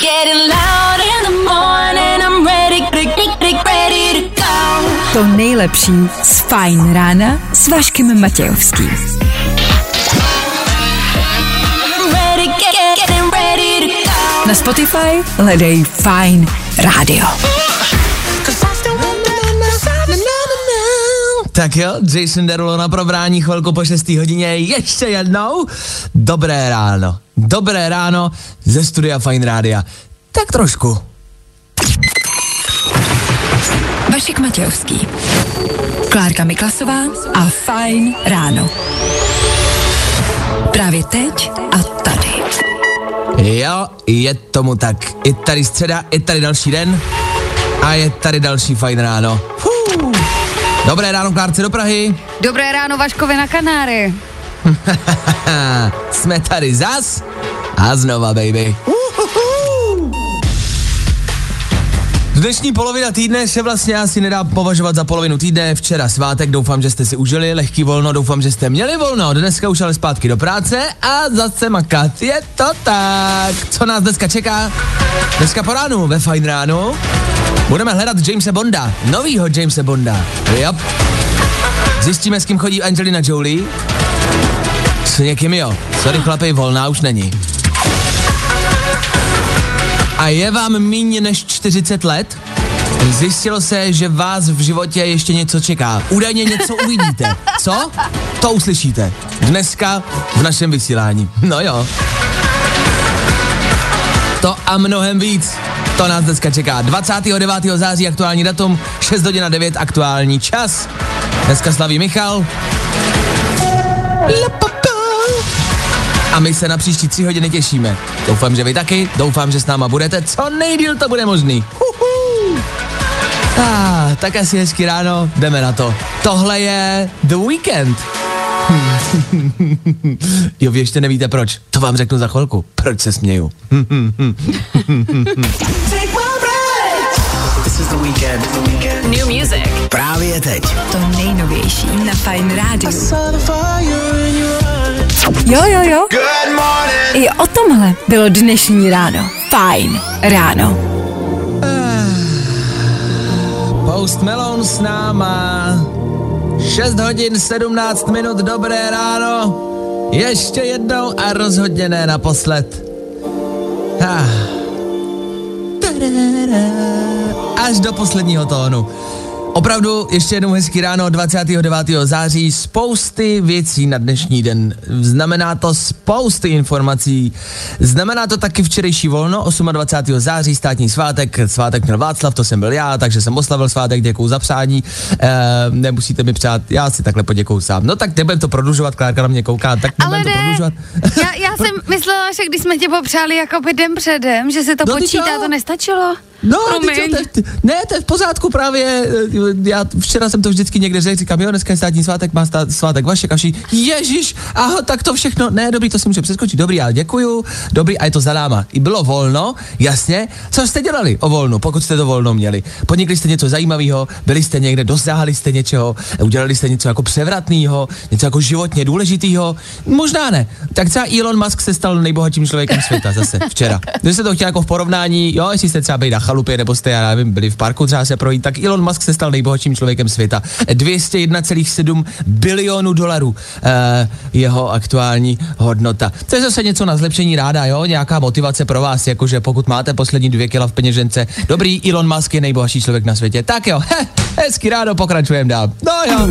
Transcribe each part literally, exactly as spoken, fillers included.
To nejlepší z Fajn rána s Vaškem Matějovským. Na Spotify hledej Fajn rádio. Tak jo, Jason Derulo na probrání chvilku po šesté hodině, ještě jednou. Dobré ráno, dobré ráno ze studia Fajn rádia. Tak trošku. Vašek Matějovský, Klárka Miklasová a Fajn ráno. Právě teď a tady. Jo, je tomu tak. Je tady středa, je tady další den a je tady další Fajn ráno. Fuh. Dobré ráno, Klárce do Prahy. Dobré ráno, Vaškovi na Kanáry. Jsme tady zas a znova, baby. Dnešní polovina týdne se vlastně asi nedá považovat za polovinu týdne. Včera svátek, doufám, že jste si užili lehký volno, doufám, že jste měli volno. Dneska už ale zpátky do práce a zase makat. Je to tak. Co nás dneska čeká? Dneska po ránu ve Fajn ránu budeme hledat Jamese Bonda, novýho Jamese Bonda. Yep. Zjistíme, s kým chodí Angelina Jolie. S někým jo. Sorry chlapi, volná už není. A je vám míň než čtyřicet let? Zjistilo se, že vás v životě ještě něco čeká. Údajně něco uvidíte. Co? To uslyšíte. Dneska v našem vysílání. No jo. To a mnohem víc. To nás dneska čeká. dvacátého devátého září aktuální datum, šest hodin a devět aktuální čas. Dneska slaví Michal. A my se na příští tři hodiny těšíme. Doufám, že vy taky, doufám, že s náma budete, co nejdýl to bude možný. Uhu. Ah, tak asi hezky ráno, jdeme na to. Tohle je The Weeknd. Jo, vy ještě nevíte proč, to vám řeknu za chvilku. Proč se směju? This is The Weeknd. The Weeknd. New music. Právě teď. To nejnovější na Fajn rádiu. Jo, jo, jo. Good morning. I o tomhle bylo dnešní ráno. Fajn ráno. Post Malone s náma. šest hodin sedmnáct minut, dobré ráno. Ještě jednou a rozhodně ne naposled. Ah. Až do posledního tónu. Opravdu ještě jednou hezký ráno, dvacátého devátého září, spousty věcí na dnešní den. Znamená to spousty informací. Znamená to taky včerejší volno, dvacátého osmého září, státní svátek. Svátek měl Václav, to jsem byl já, takže jsem oslavil svátek, děkuju za přání. E, nemusíte mi přát, já si takhle poděkuju sám. No tak nebudem to prodlužovat, Klárka na mě kouká, tak nebudem to prodlužovat. já, já jsem myslela, že když jsme tě popřáli jako by den předem, že se to no, počítá, to nestačilo. No, ty co, to, ne, to je v pořádku právě, já včera jsem to vždycky někde řekl, říkám, jo, dneska je státní svátek, má stát, svátek Vašek a všichni, ježiš, aha, tak to všechno, ne, dobrý, to si může přeskočit, dobrý, já děkuju, dobrý, a je to za náma. I bylo volno, jasně, co jste dělali o volnu, pokud jste to volno měli? Podnikli jste něco zajímavého, byli jste někde, dosáhli jste něčeho, udělali jste něco jako převratného, něco jako životně důležitého, možná ne. Tak třeba Elon Musk se stal nejbohatším člověkem světa zase včera. Když se to chtěl jako v porovnání, jo, jestli jste třeba bejda chalupě, nebo jste, já nevím, byli v parku třeba se projít, tak Elon Musk se stal nejbohatším člověkem světa. dvě stě jedna celá sedm bilionů dolarů eh, jeho aktuální hodnota. To je zase něco na zlepšení ráda, jo, nějaká motivace pro vás, jakože pokud máte poslední dvě kila v peněžence, dobrý, Elon Musk je nejbohatší člověk na světě. Tak jo, he, hezky ráno, pokračujeme dál. No jo.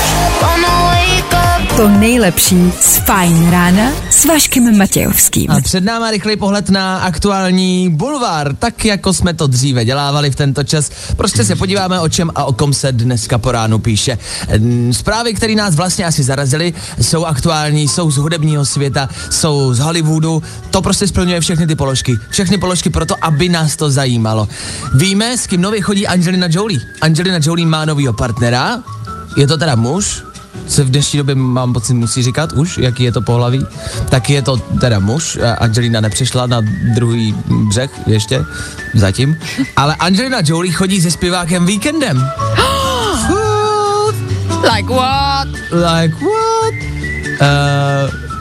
To nejlepší z Fajn rána s Vaškem Matějovským. A před náma rychlý pohled na aktuální bulvár, tak jako jsme to dříve dělávali v tento čas. Prostě se podíváme, o čem a o kom se dneska po ránu píše. Zprávy, které nás vlastně asi zarazily, jsou aktuální, jsou z hudebního světa, jsou z Hollywoodu. To prostě splňuje všechny ty položky. Všechny položky proto, aby nás to zajímalo. Víme, s kým nově chodí Angelina Jolie. Angelina Jolie má novýho partnera. Je to teda muž? Se v dnešní době mám pocit musí říkat už, jaký je to pohlaví, tak je to teda muž. Angelina nepřišla na druhý břeh ještě, zatím, ale Angelina Jolie chodí se zpěvákem Weekndem. Like what? Like what? Uh,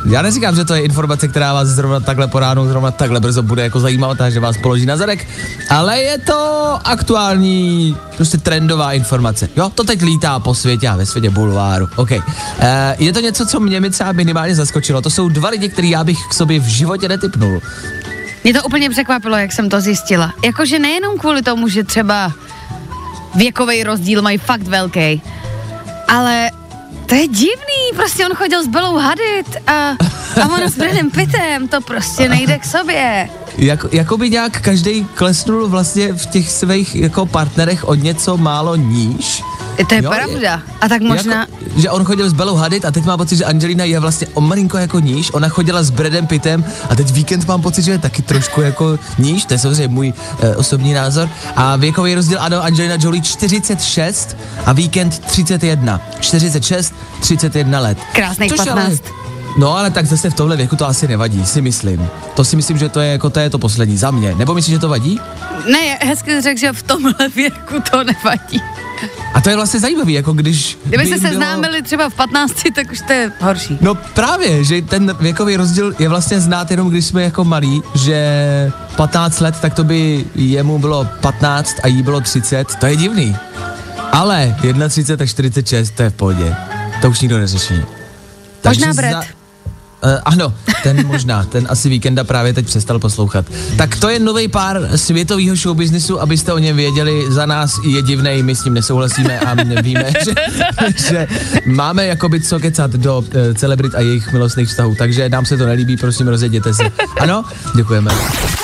Já neříkám, že to je informace, která vás zrovna takhle po ránu, zrovna takhle brzo bude jako zajímavá, že vás položí na zadek, ale je to aktuální, prostě trendová informace. Jo, to teď lítá po světě a ve světě bulváru. OK. E, je to něco, co mě mi třeba minimálně zaskočilo. To jsou dva lidi, který já bych k sobě v životě netipnul. Mě to úplně překvapilo, jak jsem to zjistila. Jakože nejenom kvůli tomu, že třeba věkový rozdíl mají fakt velký, ale to je divný, prostě on chodil s Bellou Hadid a, a ona s Bradem Pittem, to prostě nejde k sobě. Jako, jako by nějak každej klesnul vlastně v těch svých jako partnerech od něco málo níž. To je jo, pravda. A tak možná... Jako, že on chodil s Bellou Hadid a teď má pocit, že Angelina je vlastně o malinko jako níž, ona chodila s Bradem Pittem a teď Víkend mám pocit, že je taky trošku jako níž, to je samozřejmě můj e, osobní názor. A věkový rozdíl, ano, Angelina Jolie čtyřicet šest a Víkend třicet jedna. čtyřicet šest, třicet jedna let. Krásných patnáct. Ale, no ale tak zase v tomhle věku to asi nevadí, si myslím. To si myslím, že to je jako to, je to poslední za mě. Nebo myslíš, že to vadí? Ne, hezky řekl, že v tomhle věku to nevadí. A to je vlastně zajímavý, jako když... Kdyby se bylo... seznámili třeba v patnácti, tak už to je horší. No právě, že ten věkový rozdíl je vlastně znát jenom, když jsme jako malí, že patnáct let, tak to by jemu bylo patnáct a jí bylo třicet, to je divný. Ale třicet jedna a čtyřicet šest, to je v pohodě. To už nikdo neřeší. Možná Brad. Za... Uh, ano, ten možná, ten asi Víkenda právě teď přestal poslouchat. Tak to je nový pár světového showbiznisu, abyste o něm věděli, za nás je divnej, my s tím nesouhlasíme a víme, že, že máme jakoby co kecat do uh, celebrit a jejich milostných vztahů, takže nám se to nelíbí, prosím, rozjeděte se. Ano, děkujeme.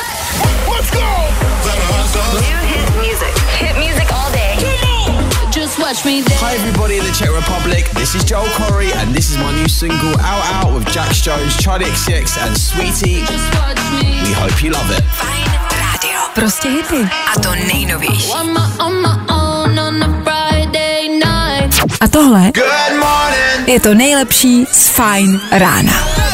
Hi everybody in the Czech Republic, this is Joel Corey and this is my new single Out Out with Jax Jones, Charlie X C X and Sweetie. We hope you love it. Fajn rádio. Prostě hity. A to nejnovější. A tohle je to nejlepší z Fajn rána.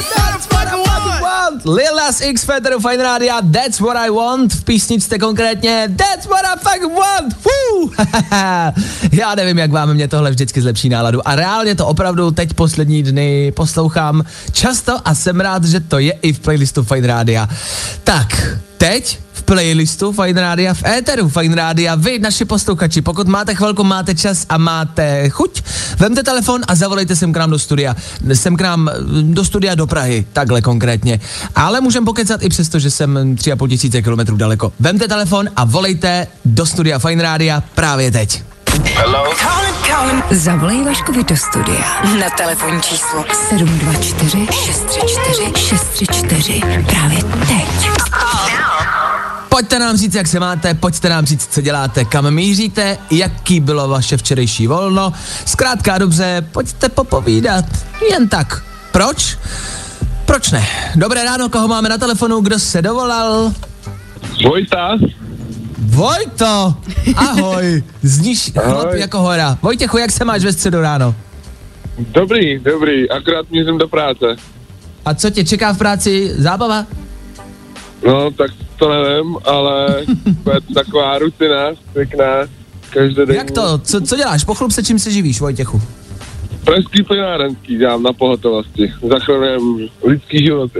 Lil Nas X, Féteru Fajn rádia, That's What I Want, v písničce konkrétně That's What I fucking want, Woo! Já nevím, jak vám, mě tohle vždycky zlepší náladu a reálně to opravdu teď poslední dny poslouchám často a jsem rád, že to je i v playlistu Fajn rádia. Tak, teď v playlistu Fajn rádia, v éteru Fajn rádia, vy, naši posluchači, pokud máte chvilku, máte čas a máte chuť, vemte telefon a zavolejte sem k nám do studia, sem k nám do studia do Prahy, takhle konkrétně. Ale můžeme pokecat i přesto, že jsem tři a půl tisíce kilometrů daleko. Vemte telefon a volejte do studia Fajn rádia právě teď. Hello? Zavolej Vaškovi do studia na telefonní číslo sedm dva čtyři šest tři čtyři šest tři čtyři právě teď. Pojďte nám říct, jak se máte, pojďte nám říct, co děláte, kam míříte, jaký bylo vaše včerejší volno. Zkrátka dobře, pojďte popovídat. Jen tak. Proč? Proč ne? Dobré ráno, koho máme na telefonu, kdo se dovolal? Vojta. Vojto! Ahoj! Zníš chlap jako hora. Vojtěchu, jak se máš ve středu ráno? Dobrý, dobrý, akorát mířím do práce. A co tě čeká v práci? Zábava? No, tak to nevím, ale je to taková rutina, pěkná, každodenní. Jak to? Co, co děláš? Pochlup se, čím se živíš, Vojtěchu? Pražský plynárenský dělám na pohotovosti. Zachraňujem lidský životy.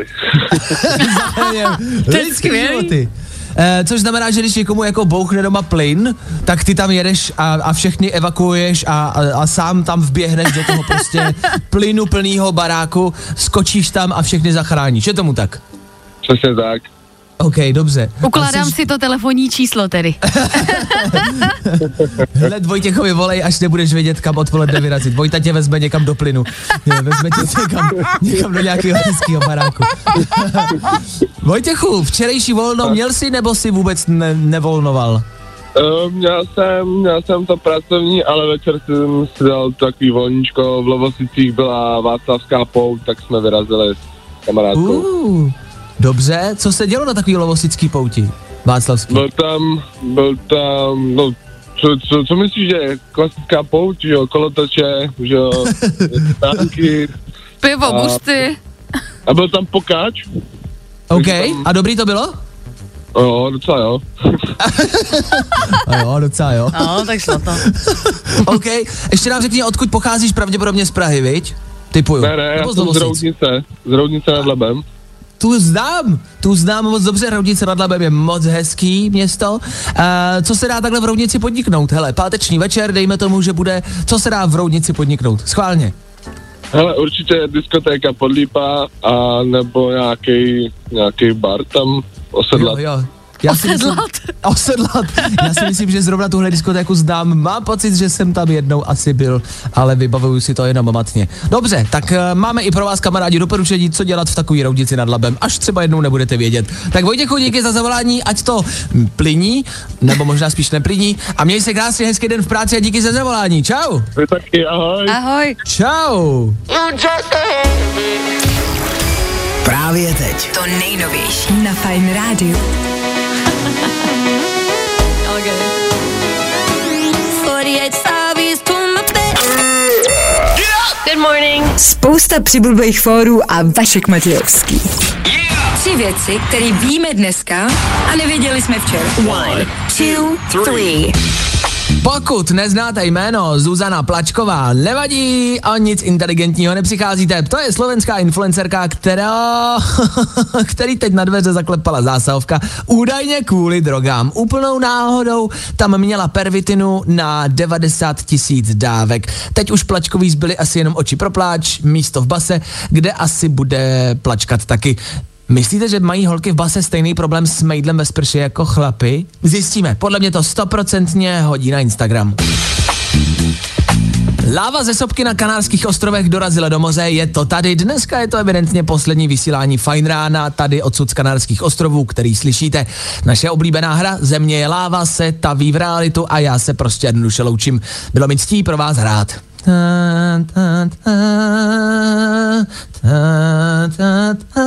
Lidský životy. Eh, což znamená, že když někomu jako bouchne doma plyn, tak ty tam jedeš a, a všechny evakuuješ a, a, a sám tam vběhneš do toho prostě plynu plnýho baráku, skočíš tam a všechny zachráníš. Je tomu tak? Přesně tak. OK, dobře. Ukládám jsi... si to telefonní číslo tedy. Hled Vojtěchovi volej, až nebudeš vědět, kam odpoledne vyrazit. Vojta tě vezme někam do plynu. Ne, vezme tě někam, někam do nějakého hezkého baráku. Vojtěchu, včerejší volno měl jsi, nebo si vůbec ne- nevolnoval? Uh, měl jsem, měl jsem to pracovní, ale večer jsem si dal takový volníčko, v Lovosicích byla Václavská pouť, tak jsme vyrazili s kamarádkou. Uh, dobře, co se dělo na takový Lovosický pouti, Václavský? Byl tam, byl tam, no, co, co, co myslíš, že je klasická pouť, že jo, kolotoče, že jo, tanky. Pivo, a, bušty. A byl tam pokáč. OK, a dobrý to bylo? Jo, docela jo. A jo, docela jo. No, tak šlo to. OK, ještě nám řekni, odkud pocházíš, pravděpodobně z Prahy, viď? typuju. Ne, ne, já jsem z Roudnice, z Roudnice nad Labem. Tu znám, tu znám moc dobře, Roudnice nad Labem je moc hezký město. Uh, co se dá takhle v Roudnici podniknout? Hele, páteční večer, dejme tomu, že bude, co se dá v Roudnici podniknout? Schválně. Hele, určitě diskotéka Podlípa a nebo nějaký nějaký bar tam osedlat. Jo, jo. Já si myslím, osedlat. Já si myslím, že zrovna tuhle diskotéku znám. Mám pocit, že jsem tam jednou asi byl, ale vybavuju si to jenom matně. Dobře, tak uh, máme i pro vás, kamarádi, doporučení, co dělat v takové Roudnici nad Labem, až třeba jednou nebudete vědět. Tak Vojtěchu, díky za zavolání, ať to plyní, nebo možná spíš neplyní. A měj se krásně, hezký den v práci a díky za zavolání. Čau. Vy taky, ahoj. Ahoj. Čau. Právě teď. To nejnovější na Fajn rádiu. Good morning. Spousta přibulbých fórů a Vašek Matějovský. Yeah. Tři věci, které víme dneska a nevěděli jsme včera. One, two, three. Pokud neznáte jméno Zuzana Plačková, nevadí, o nic inteligentního nepřicházíte. To je slovenská influencerka, která, který teď na dveře zaklepala zásahovka, údajně kvůli drogám. Úplnou náhodou tam měla pervitinu na devadesát tisíc dávek. Teď už Plačkový zbyly asi jenom oči pro pláč, místo v base, kde asi bude plačkat taky. Myslíte, že mají holky v base stejný problém s mejdlem ve sprše jako chlapy? Zjistíme, podle mě to stoprocentně hodí na Instagram. Láva ze sopky na Kanárských ostrovech dorazila do moře, je to tady. Dneska je to evidentně poslední vysílání Fajn rána, tady odsud z Kanárských ostrovů, který slyšíte. Naše oblíbená hra Země je láva se taví v realitu a já se prostě jednoduše loučím. Bylo mi ctí pro vás hrát. Ta, ta, ta, ta, ta, ta.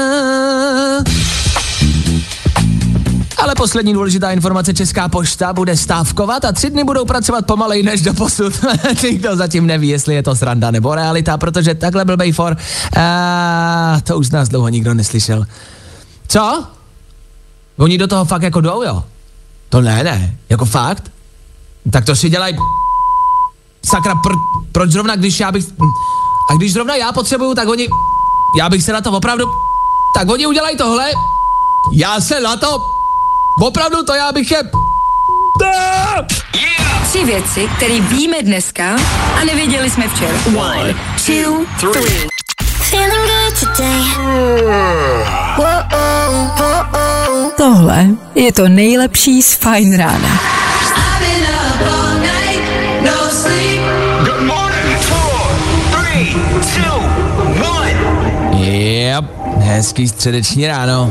Ale poslední důležitá informace, Česká pošta bude stávkovat a tři dny budou pracovat pomalej než doposud. Nikdo zatím neví, jestli je to sranda nebo realita, protože takhle blbej for, a to už z nás dlouho nikdo neslyšel. Co? Oni do toho fakt jako jdou, jo? To ne, ne, jako fakt? Tak to si dělají. Sakra, pr- proč zrovna, když já bych... A když zrovna já potřebuju, tak oni... Já bych se na to opravdu... Tak oni udělají tohle. Já se na to... Opravdu to já bych je... Tři věci, které víme dneska a nevěděli jsme včera. One, two, three. Tohle je to nejlepší z Fajn rána. Yep, hezký středeční ráno.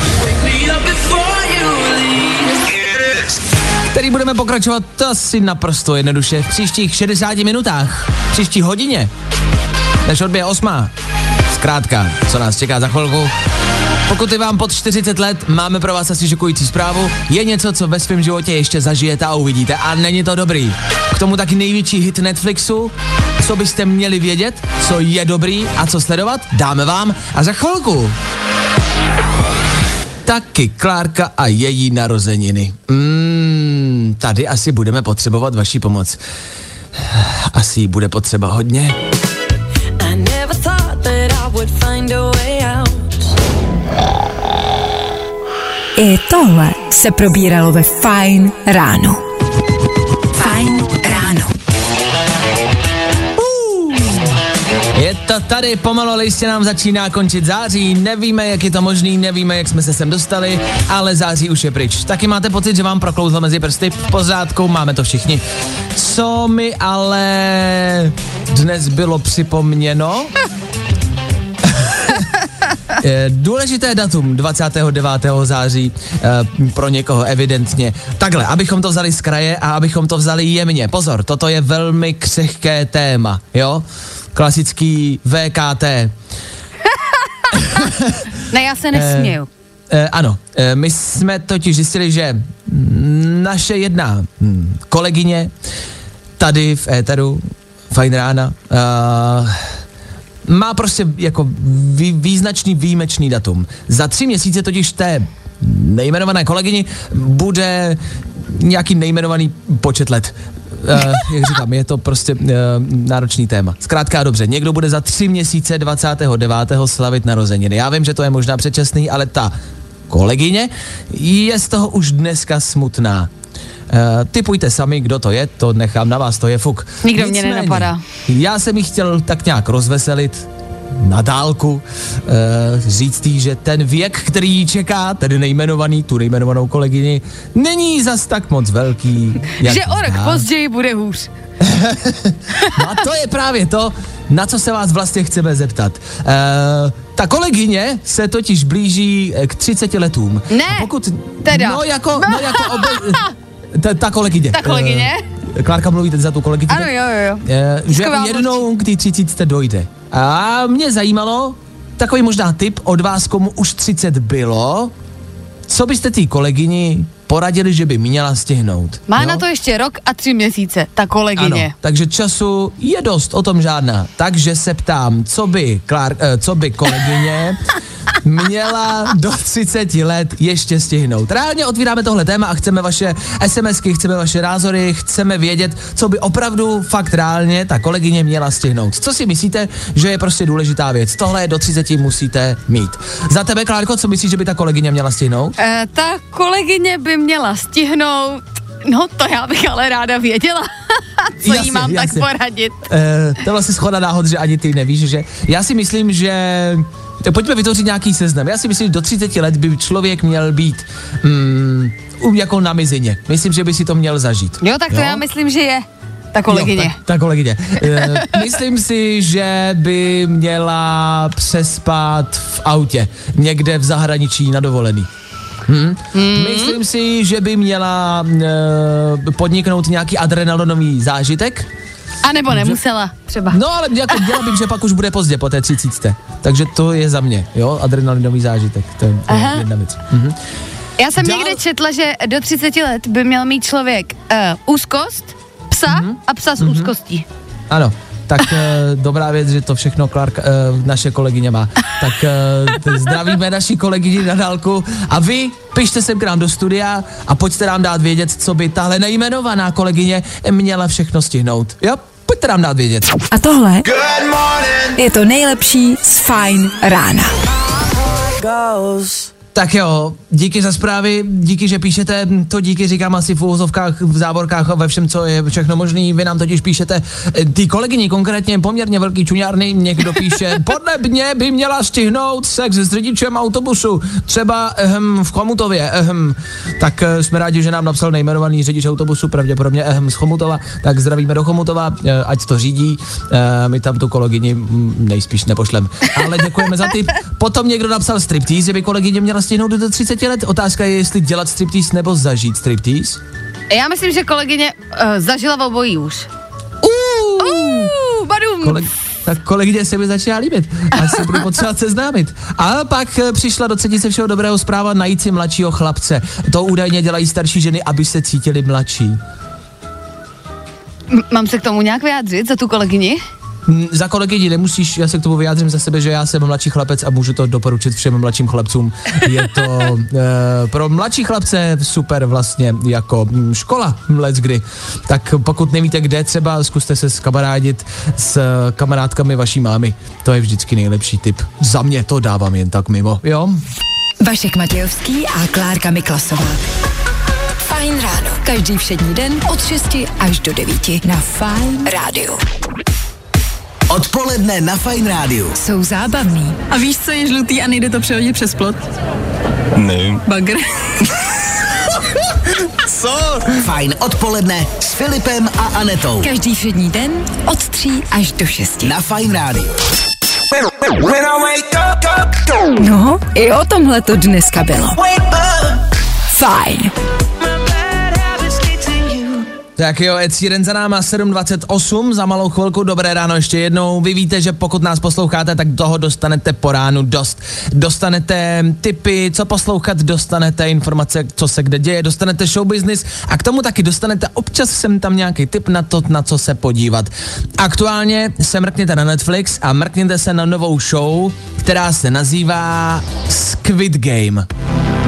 Který budeme pokračovat asi naprosto jednoduše v příštích šedesáti minutách, v příští hodině, než odbije osmá. Zkrátka, co nás čeká za chvilku. Pokud je vám pod čtyřicet let, máme pro vás asi šokující zprávu. Je něco, co ve svém životě ještě zažijete a uvidíte a není to dobrý. K tomu taky největší hit Netflixu, co byste měli vědět, co je dobrý a co sledovat, dáme vám a za chvilku taky Klárka a její narozeniny. Mm, tady asi budeme potřebovat vaši pomoc. Asi jí bude potřeba hodně. I tohle se probíralo ve Fajn ráno. Fajn ráno. Je to tady, pomalu listě nám začíná končit září, nevíme, jak je to možný, nevíme, jak jsme se sem dostali, ale září už je pryč. Taky máte pocit, že vám proklouzlo mezi prsty? V pořádku, máme to všichni. Co mi ale dnes bylo připomněno? Důležité datum dvacátého devátého září pro někoho evidentně. Takhle, abychom to vzali z kraje a abychom to vzali jemně. Pozor, toto je velmi křehké téma, jo? Klasický V K T. Ne, já se nesměju. E, e, ano, e, my jsme totiž zjistili, že naše jedna hm, kolegyně tady v éteru Fajn rána uh, má prostě jako vý, význačný výjimečný datum. Za tři měsíce totiž té nejmenované kolegyni bude nějaký nejmenovaný počet let. Uh, jak říkám, je to prostě uh, náročný téma. Zkrátka dobře, někdo bude za tři měsíce dvacátého devátého slavit narozeniny. Já vím, že to je možná předčasný, ale ta kolegyně je z toho už dneska smutná. Uh, typujte sami, kdo to je, to nechám na vás, to je fuk. Nikdo mě nenapadá. Já jsem jí chtěl tak nějak rozveselit na dálku, uh, říct jí, že ten věk, který jí čeká, tedy nejmenovaný, tu nejmenovanou kolegyni, není zas tak moc velký. Že o rok později bude hůř. No a to je právě to, na co se vás vlastně chceme zeptat. Uh, ta kolegyně se totiž blíží k třiceti letům. Ne, a pokud, teda. No jako, no jako obe, ta, ta kolegyně. Ta kolegyně. Uh, Klárka mluví teď za tu kolegyni. Ano, jo, jo. Uh, že jednou k té třicítce dojde. A mě zajímalo, takový možná tip od vás, komu už třicet bylo, co byste té kolegyni poradili, že by měla stihnout. Má no? na to ještě rok a tři měsíce, ta kolegyně. Ano, takže času je dost, o tom žádná. Takže se ptám, co by, Klár, eh, co by kolegyně měla do třiceti let ještě stihnout. Reálně otvíráme tohle téma a chceme vaše SMSky, chceme vaše názory, chceme vědět, co by opravdu fakt reálně ta kolegyně měla stihnout. Co si myslíte, že je prostě důležitá věc? Tohle do třiceti musíte mít. Za tebe, Klárko, co myslíš, že by ta kolegyně měla stihnout? E, ta kolegyně by měla stihnout, no to já bych ale ráda věděla, co jasně, jí mám jasně. tak poradit. E, to vlastně schoda náhod, že ani ty nevíš, že já si myslím, že pojďme vytvořit nějaký seznam. Já si myslím, že do třiceti let by člověk měl být mm, jako na mizině. Myslím, že by si to měl zažít. Jo, tak to jo? Já myslím, že je ta kolegyně. Jo, ta, ta kolegyně. e, myslím si, že by měla přespat v autě. Někde v zahraničí na dovolený. Hmm. Hmm. Myslím si, že by měla e, podniknout nějaký adrenalinový zážitek. A nebo nemusela, třeba. No, ale jako dělal bych, že pak už bude pozdě po té třicítce. Takže to je za mě, jo, adrenalinový zážitek. To je, to je jedna věc. Mhm. Já jsem Dál... někde četla, že do třiceti let by měl mít člověk uh, úzkost, psa mm-hmm. a psa s mm-hmm. úzkostí. Ano. Tak uh, dobrá věc, že to všechno Klárka, uh, naše kolegyně má. Tak uh, zdravíme naši kolegyni na dálku a vy pište sem k nám do studia a pojďte nám dát vědět, co by tahle nejmenovaná kolegyně měla všechno stihnout. Jo? Pojďte nám dát vědět. A tohle je to nejlepší z Fajn rána. Tak jo, díky za zprávy, díky, že píšete, to díky říkám asi v úvozovkách, v závorkách a ve všem, co je všechno možný. Vy nám totiž píšete, ty kolegyni konkrétně poměrně velký čuňárny, někdo píše, podle mě by měla stihnout sex s řidičem autobusu, třeba ehm, v Chomutově, ehm. Tak eh, jsme rádi, že nám napsal nejmenovaný řidič autobusu, pravděpodobně ehm, z Chomutova, tak zdravíme do Chomutova, eh, ať to řídí, eh, my tam tu kolegyni m, nejspíš nepošlem, ale děkujeme za tip. Potom někdo napsal striptease, že by kolegyně měla stihnout do třiceti let. Otázka je, jestli dělat striptease nebo zažít striptease. Já myslím, že kolegyně uh, zažila obojí už. Uh, uh, badum. Koleg- tak kolegyně se mi začíná líbit. Asi budu potřebovat seznámit. A pak přišla do třetice všeho dobrého zpráva najít si mladšího chlapce. To údajně dělají starší ženy, aby se cítili mladší. M- mám se k tomu nějak vyjádřit za tu kolegyni? Za kolegyni nemusíš, já se k tomu vyjádřím za sebe, že já jsem mladší chlapec a můžu to doporučit všem mladším chlapcům. Je to e, pro mladší chlapce super vlastně jako škola leckdy. Tak pokud nevíte kde, třeba zkuste se skamarádit s kamarádkami vaší mámy. To je vždycky nejlepší tip. Za mě to dávám jen tak mimo, jo? Vašek Matějovský a Klárka Miklasová. Fajn ráno. Každý všední den od šesti až do devíti na Fajn rádiu. Odpoledne na Fajn rádiu Jsou zábavný. A víš, co je žlutý a nejde to přehodit přes plot? Nevím. Bagr. Co? Fajn odpoledne s Filipem a Anetou. Každý všední den od tří až do šesti. Na Fajn rádiu. No, i o tomhle to dneska bylo. Fajn. Tak jo, Ed Sheeran za náma, sedm dvacet osm, za malou chvilku, dobré ráno ještě jednou. Vy víte, že pokud nás posloucháte, tak toho dostanete po ránu dost. Dostanete tipy, co poslouchat, dostanete informace, co se kde děje, dostanete show business a k tomu taky dostanete občas sem tam nějaký tip na to, na co se podívat. Aktuálně se mrkněte na Netflix a mrkněte se na novou show, která se nazývá Squid Game.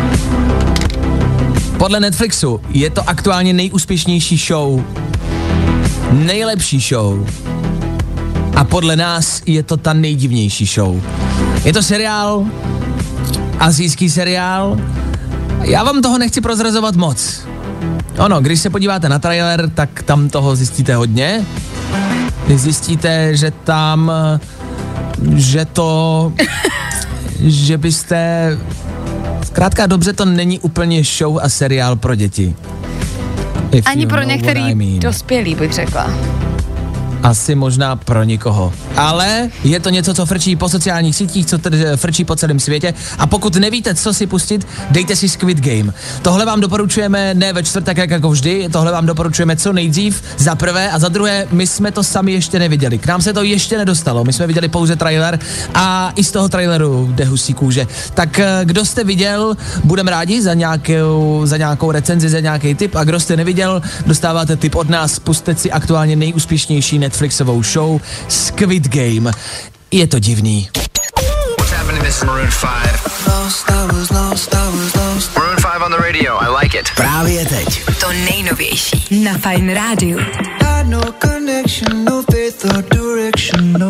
Podle Netflixu je to aktuálně nejúspěšnější show nejlepší show. A podle nás je to ta nejdivnější show. Je to seriál, asijský seriál. Já vám toho nechci prozrazovat moc. Ono, když se podíváte na trailer, tak tam toho zjistíte hodně. Zjistíte, že tam, že to, že byste, zkrátka dobře, to není úplně show a seriál pro děti. Ani pro některý I mean. dospělý, bych řekla. Asi možná pro nikoho. Ale je to něco, co frčí po sociálních sítích, co tedy frčí po celém světě. A pokud nevíte, co si pustit, dejte si Squid Game. Tohle vám doporučujeme ne ve čtvrtek, jak jako vždy, tohle vám doporučujeme co nejdřív, za prvé, a za druhé, my jsme to sami ještě neviděli. K nám se to ještě nedostalo, my jsme viděli pouze trailer a i z toho traileru jde husí kůže. Tak kdo jste viděl, budeme rádi za nějakou, za nějakou recenzi, za nějaký tip, a kdo jste neviděl, dostáváte tip od nás, pusťte si aktuálně nejúspěšnější Netflixovou show Squid Game. Je to divný. What's happening? This is Maroon five. Lost, I was lost, I was lost. Maroon five on the radio. I like it. Právě teď. To nejnovější na Fajn rádiu. No connection, no faith or direction, no.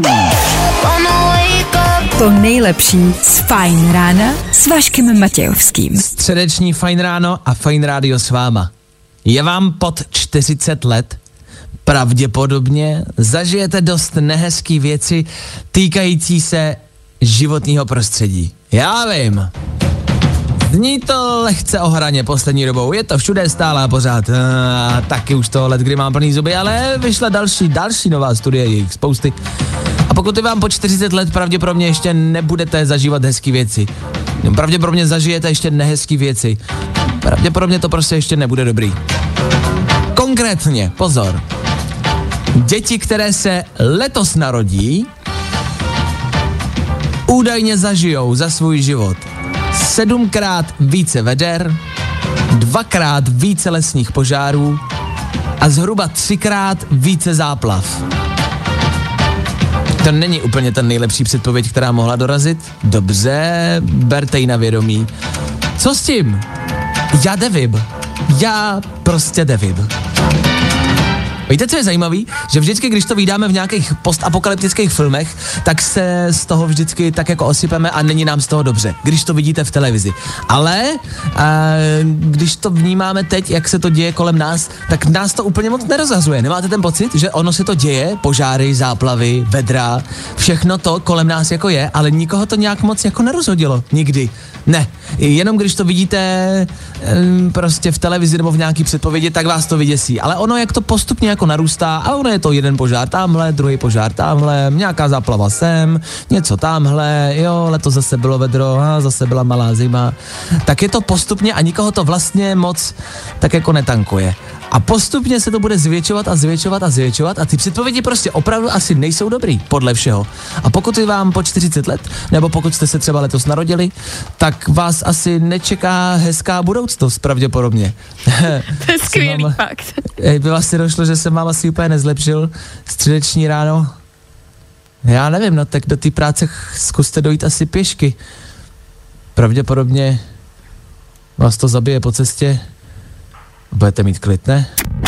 To nejlepší z Fajn rána s Vaškem Matějovským. Středeční Fajn ráno a Fajn rádio s váma. Je vám pod čtyřicet let? Pravděpodobně zažijete dost nehezký věci týkající se životního prostředí. Já vím. Zní to lehce ohraně poslední dobou, je to všude stále a pořád. A taky už to let, kdy mám plný zuby, ale vyšla další, další nová studie, je jich spousty. A pokud je vám po čtyřicet let, pravděpodobně ještě nebudete zažívat hezký věci. Pravděpodobně zažijete ještě nehezký věci. Pravděpodobně to prostě ještě nebude dobrý. Konkrétně, pozor. Děti, které se letos narodí, údajně zažijou za svůj život sedmkrát více veder, dvakrát více lesních požárů a zhruba třikrát více záplav. To není úplně ta nejlepší předpověď, která mohla dorazit. Dobře, berte ji na vědomí. Co s tím? Já nevím. Já prostě nevím. Víte, co je zajímavý? Že vždycky, když to vydáme v nějakých postapokalyptických filmech, tak se z toho vždycky tak jako osypeme a není nám z toho dobře, když to vidíte v televizi. Ale a, když to vnímáme teď, jak se to děje kolem nás, tak nás to úplně moc nerozhazuje. Nemáte ten pocit, že ono se to děje, požáry, záplavy, vedra, všechno to kolem nás jako je, ale nikoho to nějak moc jako nerozhodilo. Nikdy. Ne. Jenom když to vidíte prostě v televizi nebo v nějaký předpovědi, tak vás to vyděsí. Ale ono, jak to postupně jako narůstá, a ono je to jeden požár tamhle, druhý požár tamhle, nějaká záplava sem, něco tamhle, jo, letos zase bylo vedro, a zase byla malá zima. Tak je to postupně a nikoho to vlastně moc tak jako netankuje. A postupně se to bude zvětšovat a zvětšovat a zvětšovat a ty předpovědi prostě opravdu asi nejsou dobrý, podle všeho. A pokud je vám po čtyřicet let, nebo pokud jste se třeba letos narodili, tak vás asi nečeká hezká budoucnost, pravděpodobně. To je skvělý mám, fakt. By vlastně došlo, že jsem vám asi úplně nezlepšil středeční ráno. Já nevím, no tak do té práce zkuste dojít asi pěšky. Pravděpodobně vás to zabije po cestě. Budete mít klid, ne?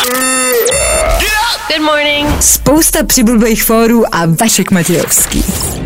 Good morning. Spousta přibulbých fórů a Vašek Matějovský.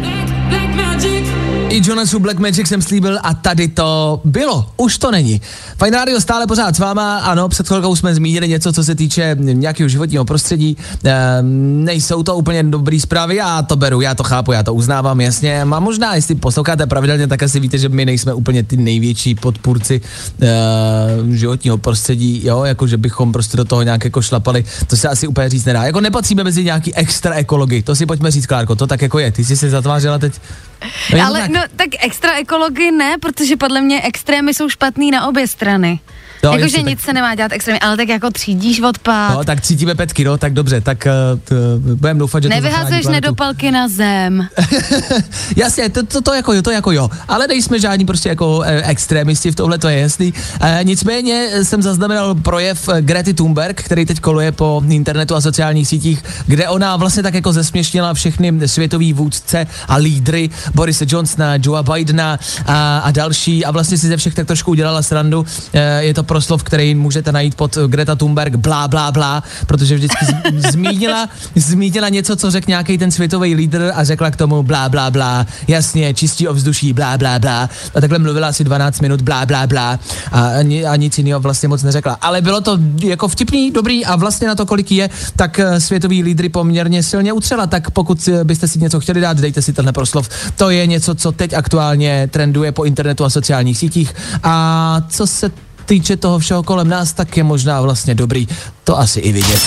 I Jonasu Black Magic jsem slíbil a tady to bylo, už to není. Fajn rádio stále pořád s váma, ano, před chvilkou jsme zmínili něco, co se týče nějakého životního prostředí, ehm, nejsou to úplně dobrý zprávy, já to beru, já to chápu, já to uznávám, jasně, a možná, jestli posloucháte pravidelně, tak asi víte, že my nejsme úplně ty největší podpůrci ehm, životního prostředí, jo, jako že bychom prostě do toho nějak jako šlapali, to se asi úplně říct nedá, jako nepatříme mezi nějaký extra ekology, to si pojďme říct, Klárko, to tak jako je, ty jsi se zatvářila teď. No ale tak. No tak extra ekology ne, protože podle mě extrémy jsou špatný na obě strany. No, jakože nic tak... se nemá dělat extrémně, ale tak jako třídíš odpad. No tak cítíme petky, no, tak dobře, tak uh, budeme doufat, že nevyhazuješ to nedopalky na zem. Jasně, to, to, to jako jo, to jako jo, ale nejsme žádní prostě jako eh, extrémisti v tohle, to je jasný. Eh, nicméně jsem zaznamenal projev Grety Thunberg, který teď koluje po internetu a sociálních sítích, kde ona vlastně tak jako zesměšnila všechny světový vůdce a lídry, Borise Johnsona, Joea Bidena a, a další a vlastně si ze všech tak trošku udělala srandu. E, je to proslov, který můžete najít pod Greta Thunberg, blá, blá, blá, protože vždycky z, zmínila, zmínila něco, co řekl nějaký ten světový lídr a řekla k tomu blá, blá, blá, jasně, čistí ovzduší, blá, blá, blá. A takhle mluvila asi dvanáct minut, blá, blá, blá a, a nic jiného vlastně moc neřekla. Ale bylo to jako vtipný, dobrý a vlastně na to, kolik je, tak světový lídry poměrně silně utřela, tak pokud byste si něco chtěli dát, dejte si tenhle proslov. To je něco, co teď aktuálně trenduje po internetu a sociálních sítích a co se týče toho všeho kolem nás, tak je možná vlastně dobrý to asi i vidět.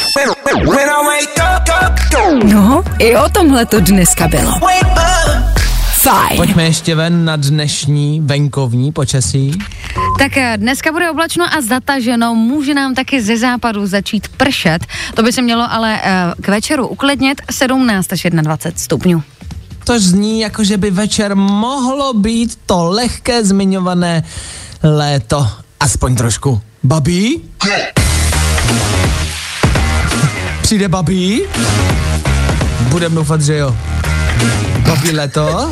No, i o tomhle to dneska bylo. Fajn. Pojďme ještě ven na dnešní venkovní počasí. Tak dneska bude oblačno a zataženo, může nám taky ze západu začít pršet. To by se mělo ale k večeru uklidnit sedmnáct až dvacet jedna stupňů. To zní jako, že by večer mohlo být to lehké zmiňované léto. Aspoň trošku. Babí? Přijde babí? Budem doufat, že jo. Babí léto?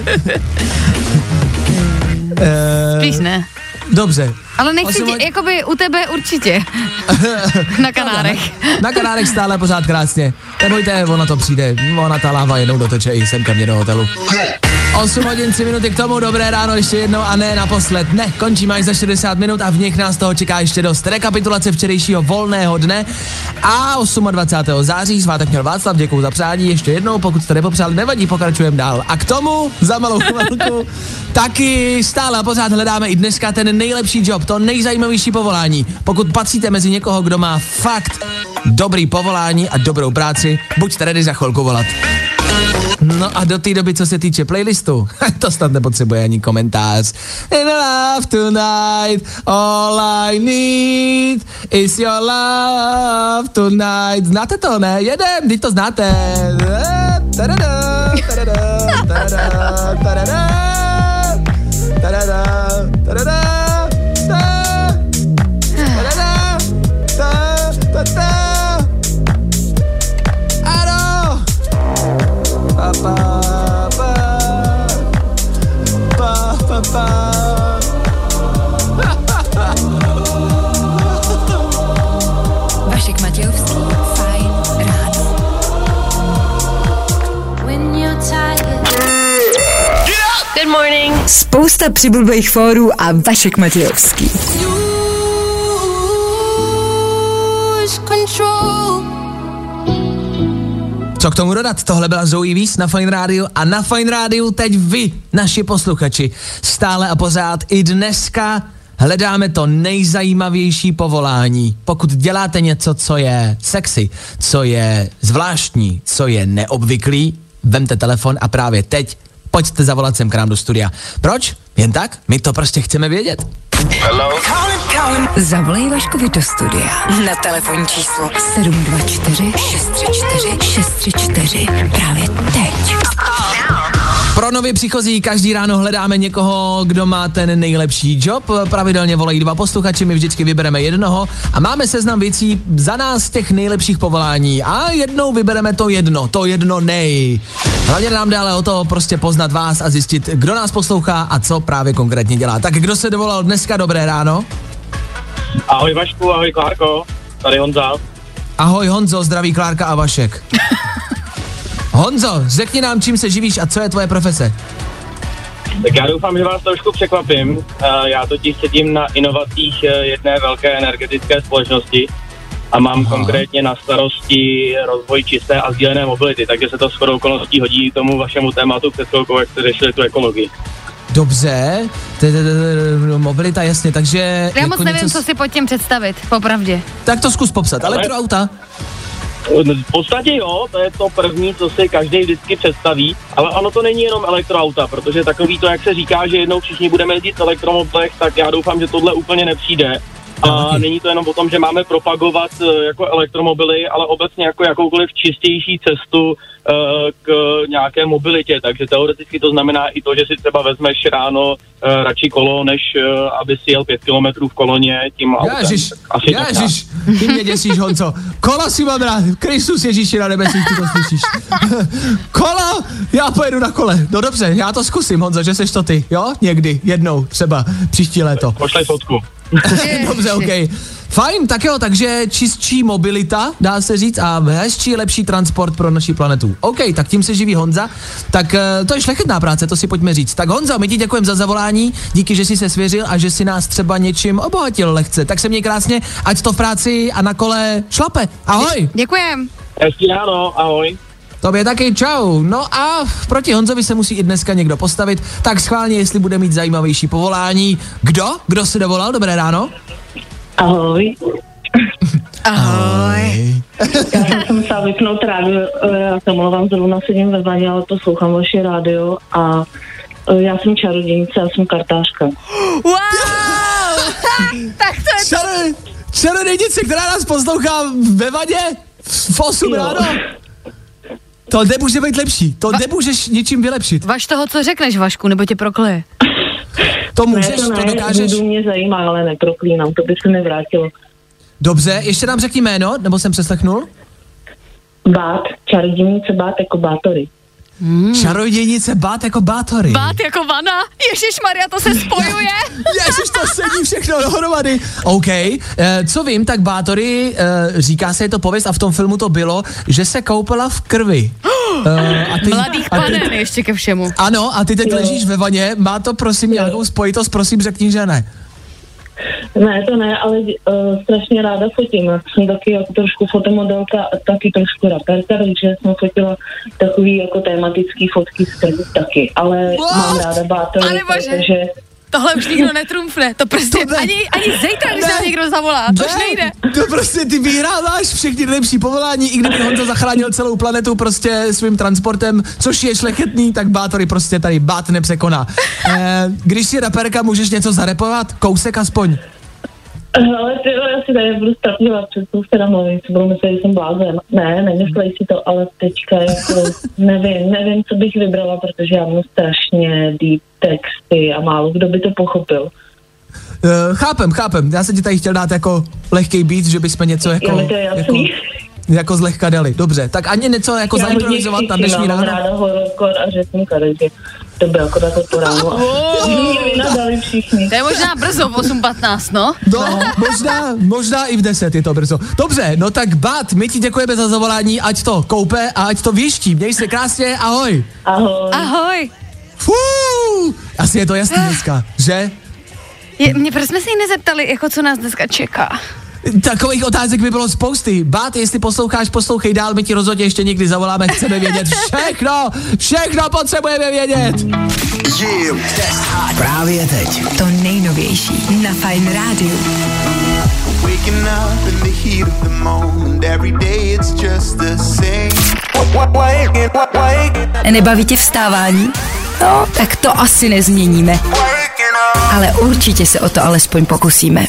Spíš ne. Dobře. Ale nechci tě, jakoby u tebe určitě. Na Kanárech. Na Kanárech stále pořád krásně. Nebojte, ona to přijde. Ona ta láva jednou doteče i sem ke mně do hotelu. osm hodin, tři minuty k tomu, dobré ráno ještě jednou a ne naposled. Ne, končíme až za šedesát minut a v nich nás toho čeká ještě dost. Rekapitulace včerejšího volného dne a dvacátého osmého září, svátek měl Václav, děkuju za přání ještě jednou, pokud jste nepopřáli, nevadí, pokračujeme dál. A k tomu, za malou chvilku, taky stále a pořád hledáme i dneska ten nejlepší job, to nejzajímavější povolání. Pokud patříte mezi někoho, kdo má fakt dobrý povolání a dobrou práci, buďte ready za chvilku volat. No a do té doby, co se týče playlistu, to snad nepotřebuje ani komentář. In love tonight, all I need is your love tonight. Znáte to, ne? Jedem, teď to znáte. Tadada, tadada, tadada, tadada, tadada, tadada, tadada, tadada. Pa, pa, pa, pa, pa. Vašek Matějovský, Fajn ráno. Good morning. Spousta přibulbých fórů a Vašek Matějovský. Co k tomu dodat? Tohle byla Zoe Víz na Fajn rádiu a na Fajn rádiu teď vy, naši posluchači, stále a pořád i dneska hledáme to nejzajímavější povolání. Pokud děláte něco, co je sexy, co je zvláštní, co je neobvyklý, vemte telefon a právě teď pojďte zavolat sem k nám do studia. Proč? Jen tak? My to prostě chceme vědět. Hello? Zavolej Vaškovi do studia na telefonní číslo sedm dva čtyři šest tři čtyři šest tři čtyři právě teď. Pro nově příchozí každý ráno hledáme někoho, kdo má ten nejlepší job. Pravidelně volají dva posluchači, my vždycky vybereme jednoho a máme seznam věcí za nás těch nejlepších povolání. A jednou vybereme to jedno, to jedno nej. Hlavně nám jde ale o to prostě poznat vás a zjistit, kdo nás poslouchá a co právě konkrétně dělá. Tak kdo se dovolal dneska, dobré ráno? Ahoj Vašku, ahoj Klárko, tady Honza. Ahoj Honzo, zdraví Klárka a Vašek. Honzo, řekni nám, čím se živíš a co je tvoje profese? Tak já doufám, že vás trošku překvapím. Já totiž sedím na inovacích jedné velké energetické společnosti a mám Aha. konkrétně na starosti rozvoj čisté a sdílené mobility, takže se to shodou okolností hodí tomu vašemu tématu před chvilkou, jak jste řešili tu ekologii. Dobře, mobilita, jasně, takže... Já moc nevím, co si pod tím představit, popravdě. Tak to zkus popsat, elektroauta. V podstatě jo, to je to první, co si každý vždycky představí, ale ono to není jenom elektroauta, protože takový to, jak se říká, že jednou všichni budeme jezdit v elektromobilech, tak já doufám, že tohle úplně nepřijde. A není to jenom o tom, že máme propagovat jako elektromobily, ale obecně jako jakoukoliv čistější cestu k nějaké mobilitě, takže teoreticky to znamená i to, že si třeba vezmeš ráno uh, radši kolo, než uh, aby si jel pět kilometrů v koloně tím autem. Ježiš, ježiš, ty mě děsíš, Honzo. Kolo si mám rád, Kristus Ježíši na nebesích, ty to slyšíš. Kolo, já pojedu na kole. No dobře, já to zkusím, Honzo, že seš to ty, jo? Někdy, jednou, třeba, příští léto. Pošlej fotku. Dobře, okej. Okay. Fajn, tak jo, takže čistší mobilita, dá se říct, a hezčí, lepší transport pro naši planetu. OK, tak tím se živí Honza. Tak to je šlechetná práce, to si pojďme říct. Tak Honzo, my ti děkujeme za zavolání, díky, že jsi se svěřil a že si nás třeba něčím obohatil lehce. Tak se měj krásně, ať to v práci a na kole šlape. Ahoj. Děkujem. Hezký ráno, ahoj. Tobě taky, čau. No a proti Honzovi se musí i dneska někdo postavit, tak schválně, jestli bude mít zajímavější povolání. Kdo? Kdo si dovolal? Dobré ráno. Ahoj. Ahoj. Já jsem se musela vypnout rádio, já se omlouvám, zrovna sedím ve vaně, ale poslouchám vaše rádio a já jsem čarodějnice, já jsem kartářka. Wow! Tak to je Čaro, to. Čarodějnice, která nás poslouchá ve vaně v osm ráno. To nemůže být lepší, to Va- nemůžeš ničím vylepšit. Vaš toho, co řekneš, Vašku, nebo tě prokleje? To můžeš, ne, to, to ne, dokážeš. To mě zajímá, ale neproklínám, to by se nevrátilo. Dobře, ještě nám řekni jméno, nebo jsem přeslechnul? Bát, čarodějnice Bát jako Bátory. Hmm. Čarodějnice Bát jako Bátory. Bát jako vana? Ježišmarja, to se spojuje. Ježiš, to sedí všechno dohromady. OK, e, co vím, tak Bátory, e, říká se, je to pověst a v tom filmu to bylo, že se koupala v krvi. E, a ty, Mladých a panen ty, ještě ke všemu. Ano, a ty teď ležíš ve vaně, má to prosím nějakou spojitost, prosím řekni, že ne. Ne, to ne, ale uh, strašně ráda fotím. Já jsem taky jako trošku fotomodelka a taky trošku raperka, takže jsem fotila takový jako tematický fotky z krví taky, ale What? Mám ráda Bátory, protože... Tohle už nikdo netrumfne, to prostě to ani, ani zítra, když nám někdo zavolá, to už nejde. To prostě ty vyhráváš všechny nejlepší povolání, i kdyby Honza zachránil celou planetu prostě svým transportem, což je šlechetný, tak Bátory prostě tady Bát nepřekoná. Eh, když si raperka, můžeš něco zarepovat? Kousek aspoň. Ale ty, já si tady budu strapňovat, přestou se namluvím, co budu myslet, že jsem blázen. Ne, nemyslej si to, ale teďka jako nevím, nevím, co bych vybrala, protože já mám strašně deep texty a málo kdo by to pochopil. Uh, chápem, chápem, já jsem ti tady chtěl dát jako lehkej beat, že bychom něco jako... Jo, to je jasný. Jako, jako zlehka dali, dobře, tak ani něco jako zaimprovizovat na dnešní ráno. Já ráda hororkor a řečníka, takže to bylo jako takhle po ránu. A mě vynadali všichni. To je možná brzo v osm patnáct, no? No, možná, možná i v deset je to brzo. Dobře, no tak Bát, my ti děkujeme za zavolání, ať to koupe a ať to věští. Měj se krásně, ahoj. Ahoj. Ahoj. Fuu, asi je to jasný dneska, že? Je, mě proč jsme se jí nezeptali, jako co nás dneska čeká? Takových otázek by bylo spousty. Bát, jestli posloucháš, poslouchej dál, my ti rozhodně ještě někdy zavoláme, chceme vědět všechno, všechno potřebujeme vědět. Yeah. Právě teď. To nejnovější na Fajn rádiu. Nebaví tě vstávání? No, tak to asi nezměníme. Ale určitě se o to alespoň pokusíme.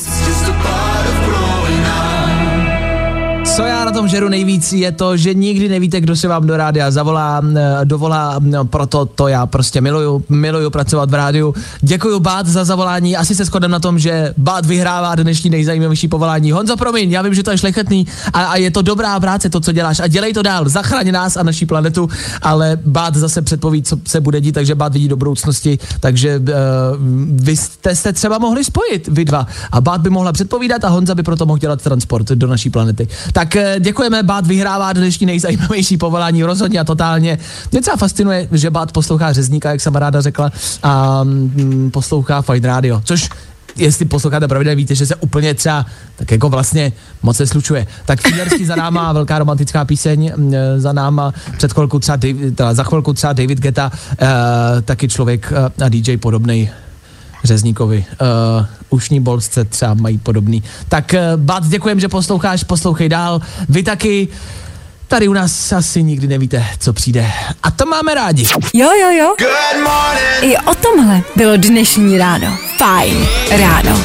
Co já na tom žeru nejvíc je to, že nikdy nevíte, kdo se vám do rádia zavolá, dovolá, no, proto to já prostě miluju, miluju pracovat v rádiu. Děkuju Bát za zavolání, asi se shodem na tom, že Bát vyhrává dnešní nejzajímavější povolání. Honzo, promiň, já vím, že to je šlechetný a, a je to dobrá práce, to, co děláš a dělej to dál, zachraň nás a naší planetu, ale Bát zase předpoví, co se bude dít, takže Bát vidí do budoucnosti, takže uh, vy jste se třeba mohli spojit, vy dva, a Bát by mohla předpovídat a Honza by proto mohl dělat transport do naší planety. Tak děkujeme, Bát vyhrává dnešní nejzajímavější povolání rozhodně a totálně. Mě třeba fascinuje, že Bát poslouchá Řezníka, jak sama ráda řekla, a mm, poslouchá Fajn rádio, což jestli posloucháte pravidelně, víte, že se úplně třeba tak jako vlastně moc se slučuje. Tak Fiedlerský za náma, velká romantická píseň, za náma před chvilku třeba, teda za chvilku třeba David Guetta, uh, taky člověk uh, a D J podobnej Řezníkovi. Uh, ušní bolstce třeba mají podobný. Tak uh, Bát, děkujem, že posloucháš, poslouchej dál. Vy taky. Tady u nás asi nikdy nevíte, co přijde. A to máme rádi. Jo, jo, jo. I o tomhle bylo dnešní ráno. Fajn ráno.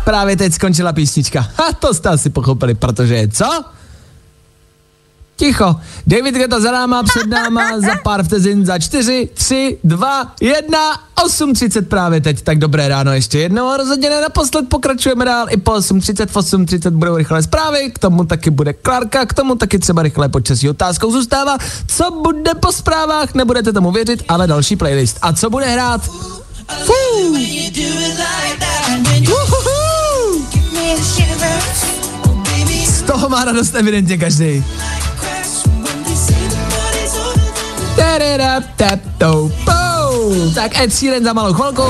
právě teď skončila písnička. A to jste asi pochopili, protože je co? Ticho. David Guetta za náma, před náma, za pár vteřin, za čtyři, tři, dva, jedna, osm třicet právě teď. Tak dobré ráno ještě jednou a rozhodně ne naposled, pokračujeme dál i po osm třicet, v osm třicet budou rychlé zprávy, k tomu taky bude Klárka, k tomu taky třeba rychlé počasí. Otázkou zůstává, co bude po zprávách, nebudete tomu věřit, ale další playlist. A co bude hrát? Fuh. Z toho má radost evidentně každý. Tak Ed Sheeran za malou chvilku.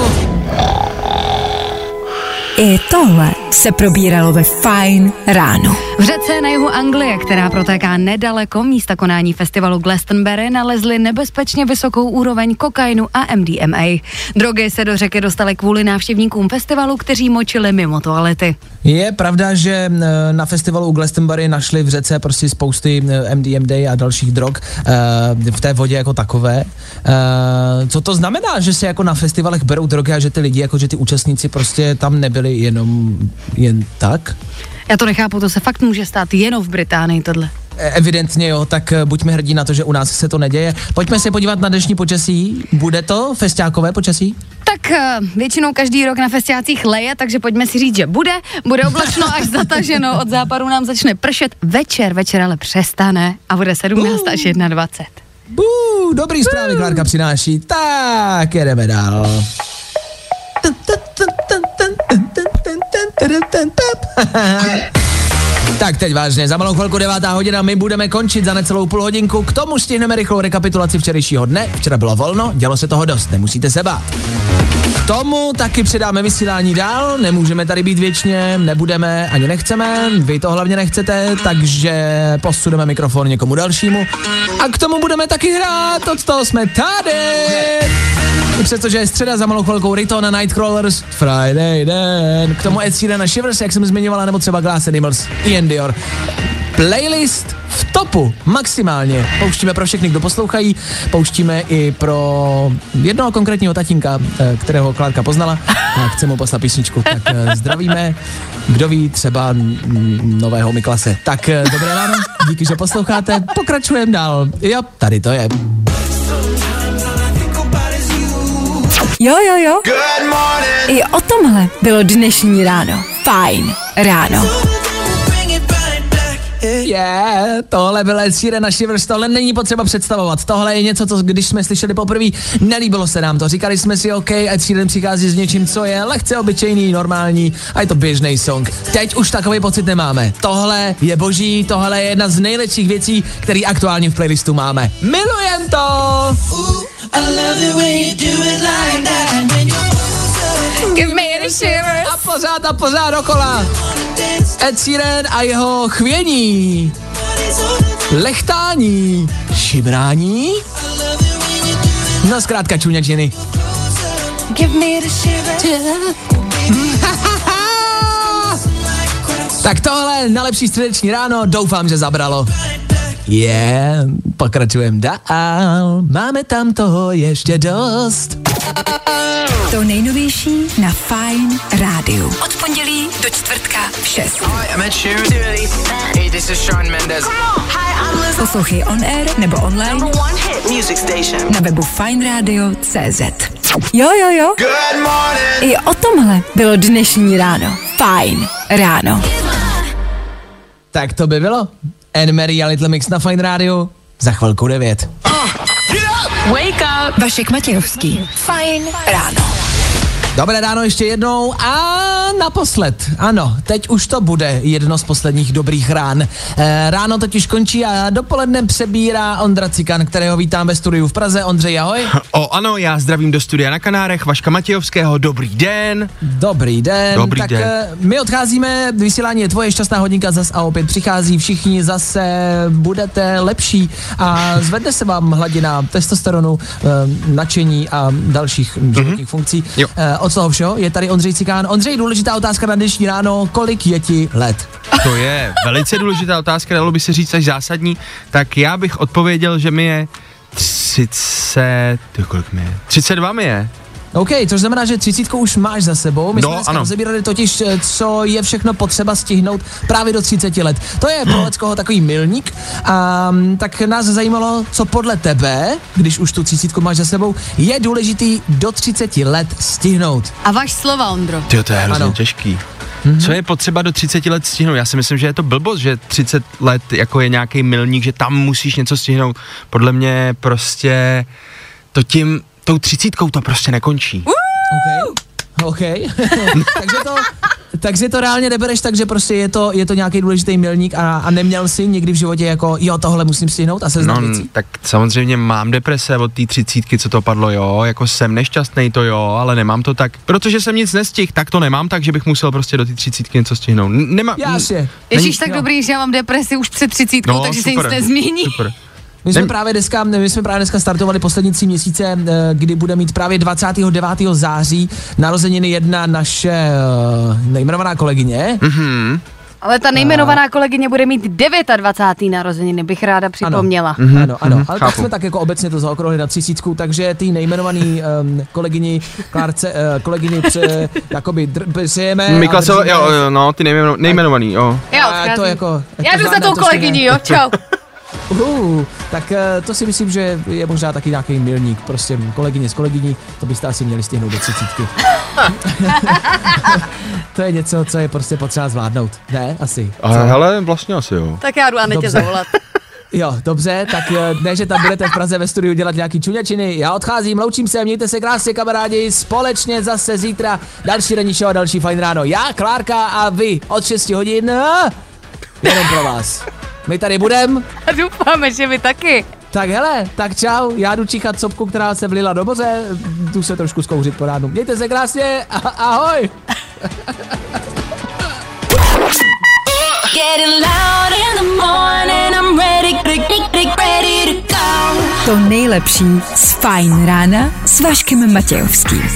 I tohle se probíralo ve Fajn ráno. V řece na jihu Anglie, která protéká nedaleko místa konání festivalu Glastonbury, nalezli nebezpečně vysokou úroveň kokainu a M D M A. Drogy se do řeky dostaly kvůli návštěvníkům festivalu, kteří močili mimo toalety. Je pravda, že na festivalu Glastonbury našli v řece prostě spousty M D M A a dalších drog v té vodě jako takové. Co to znamená, že se jako na festivalech berou drogy a že ty lidi, jako že ty účastníci prostě tam nebyli jenom jen tak? Já to nechápu, to se fakt může stát jenom v Británii tohle. Evidentně jo, tak buďme hrdí na to, že u nás se to neděje. Pojďme se podívat na dnešní počasí. Bude to festiákové počasí? Tak většinou každý rok na festiácích leje, takže pojďme si říct, že bude. Bude oblačno až zataženo, od západu nám začne pršet. Večer, večer ale přestane a bude sedmnáct až dvacet jedna. Bů, dobrý zprávy Klárka přináší. Tak, jedeme dál. Tak teď vážně, za malou chvilku devátá hodina, my budeme končit za necelou půl hodinku, k tomu stihneme rychlou rekapitulaci včerejšího dne, včera bylo volno, dělo se toho dost, nemusíte se bát. K tomu taky předáme vysílání dál, nemůžeme tady být věčně, nebudeme, ani nechceme, vy to hlavně nechcete, takže posuneme mikrofon někomu dalšímu a k tomu budeme taky hrát, od toho jsme tady. I přestože je středa, za malou chvilkou Riton a Nightcrawlers, Friday den, k tomu Ed Sheeran a Shivers, jak jsem zmiňovala, nebo třeba Glass Animals, Ian Dior. Playlist v topu, maximálně. Pouštíme pro všechny, kdo poslouchají, pouštíme i pro jednoho konkrétního tatínka, kterého Klárka poznala a chce mu poslat písničku. Tak zdravíme, kdo ví, třeba nového Miklase. Tak dobré ráno, díky, že posloucháte, pokračujeme dál. Jo, tady to je. Jo, jo, jo. Good morning. I o tomhle bylo dnešní ráno. Fajn ráno. Yeah, tohle byl Ed Sheeran a Shivers, tohle není potřeba představovat. Tohle je něco, co když jsme slyšeli poprvé, nelíbilo se nám to. Říkali jsme si, OK, Ed Sheeran přichází s něčím, co je lehce obyčejný, normální a je to běžný song. Teď už takový pocit nemáme. Tohle je boží, tohle je jedna z nejlepších věcí, které aktuálně v playlistu máme. Milujem to! Give me the shivers. A pořád a pořád dokola. Ed Sheeran a jeho chvění, lechtání, šibrání, no zkrátka čuňačiny. Give me the shivers. Tak tohle na lepší středeční ráno, doufám, že zabralo. Je, yeah, pokračujeme dál, máme tam toho ještě dost. To nejnovější na Fajn rádiu. Od pondělí do čtvrtka v šest. Hi, I'm Ed Sheeran. Hey, this is Shawn Mendes. Hi, I'm Liz. Poslouchej on air nebo online. Number one hit music station. Na webu fajn rádio tečka cé zet. Jo, jo, jo. Good morning. I o tomhle bylo dnešní ráno. Fajn ráno. Tak to by bylo. Anne Marie a Little Mix na Fajn rádiu. Za chvilku devět. Uh, Wake up. Vašek Matějovský. Fajn ráno. Dobré ráno ještě jednou a naposled. Ano, teď už to bude jedno z posledních dobrých rán. E, ráno totiž končí a dopoledne přebírá Ondra Cikan, kterého vítám ve studiu v Praze. Ondřej, ahoj. O ano, já zdravím do studia na Kanárech, Vaška Matějovského, dobrý den. Dobrý den. Dobrý tak den. My odcházíme, vysílání je tvoje, šťastná hodinka zas a opět přichází, všichni zase budete lepší a zvedne se vám hladina testosteronu, nadšení a dalších mm-hmm. životních funkcí. Jo. Od toho všeho je tady Ondřej Cikán. Ondřej, důležitá otázka na dnešní ráno, kolik je ti let? To je velice důležitá otázka, dalo by se říct až zásadní, tak já bych odpověděl, že mi je třicet, to kolik mi je? třicet dva mi je. OK, což znamená, že třicítku už máš za sebou. My no, jsme dneska ano. rozebírali totiž, co je všechno potřeba stihnout právě do třiceti let. To je pro Leckoho takový milník. A tak nás zajímalo, co podle tebe, když už tu třicítku máš za sebou, je důležitý do třiceti let stihnout. A váš slova, Ondro. Tyjo, to je hrozně Ano. těžký. Mm-hmm. Co je potřeba do třiceti let stihnout? Já si myslím, že je to blbost, že třicet let jako je nějaký milník, že tam musíš něco stihnout. Podle mě prostě to tím, tou třicítkou to prostě nekončí. OK, OK. takže, to, takže to reálně nebereš tak, že prostě je to, je to nějaký důležitý milník a, a neměl jsi někdy v životě jako jo, tohle musím stihnout a seznam No, věcí? tak samozřejmě mám deprese od té třicítky, co to padlo, jo, jako jsem nešťastný, to jo, ale nemám to tak, protože jsem nic nestihl, tak to nemám tak, že bych musel prostě do té třicítky něco stihnout. Nemám. Jasně. Ježíš, tak jo. Dobrý, že já mám depresi už před třicítkou, No, takže super, se nic nezmění. Super. My jsme, Nem- právě dneska, my jsme právě dneska startovali poslední tři měsíce, kdy bude mít právě dvacátého devátého září narozeniny jedna naše uh, nejmenovaná kolegyně. Mhm. Ale ta nejmenovaná kolegyně bude mít dvacátého devátého narozeniny, bych ráda připomněla. Ano, Mhm, ano, ano. mhm, ale tak chápu. jsme tak jako obecně to zaokrouhli na třicítku, takže ty nejmenovaný um, kolegyni Klárce, uh, kolegyni pře, jakoby dr- přejeme. Miklaso, a držíme- jo, jo, no, ty nejmenovaný, nejmenovaný, jo. Já a to odcházím. jako... Já jdu za zvládne tou to kolegyní, jo, stejně. čau. Uh, tak uh, to si myslím, že je možná taky nějaký milník, prostě kolegyně s kolegyní, to byste asi měli stihnout do třicítky. To je něco, co je prostě potřeba zvládnout, ne? Asi. A hele, vlastně asi jo. Tak já jdu Anetě Dobře. zavolat. Jo, dobře, tak uh, ne, že tam budete v Praze ve studiu dělat nějaký čuňačiny, já odcházím, loučím se, mějte se krásně kamarádi, společně zase zítra další ranní show a další fajn ráno. Já, Klárka a vy od šesti hodin, uh, jenom pro vás. My tady budem. A doufáme, že vy taky. Tak hele, tak čau, já jdu číchat sopku, která se vlila do moře, jdu se trošku zkouřit po ránu. Mějte se krásně, a- ahoj! To nejlepší z Fajn rána s Vaškem Matějovským.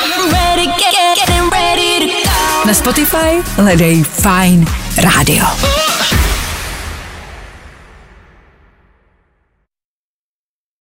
Na Spotify hledej Fajn rádio.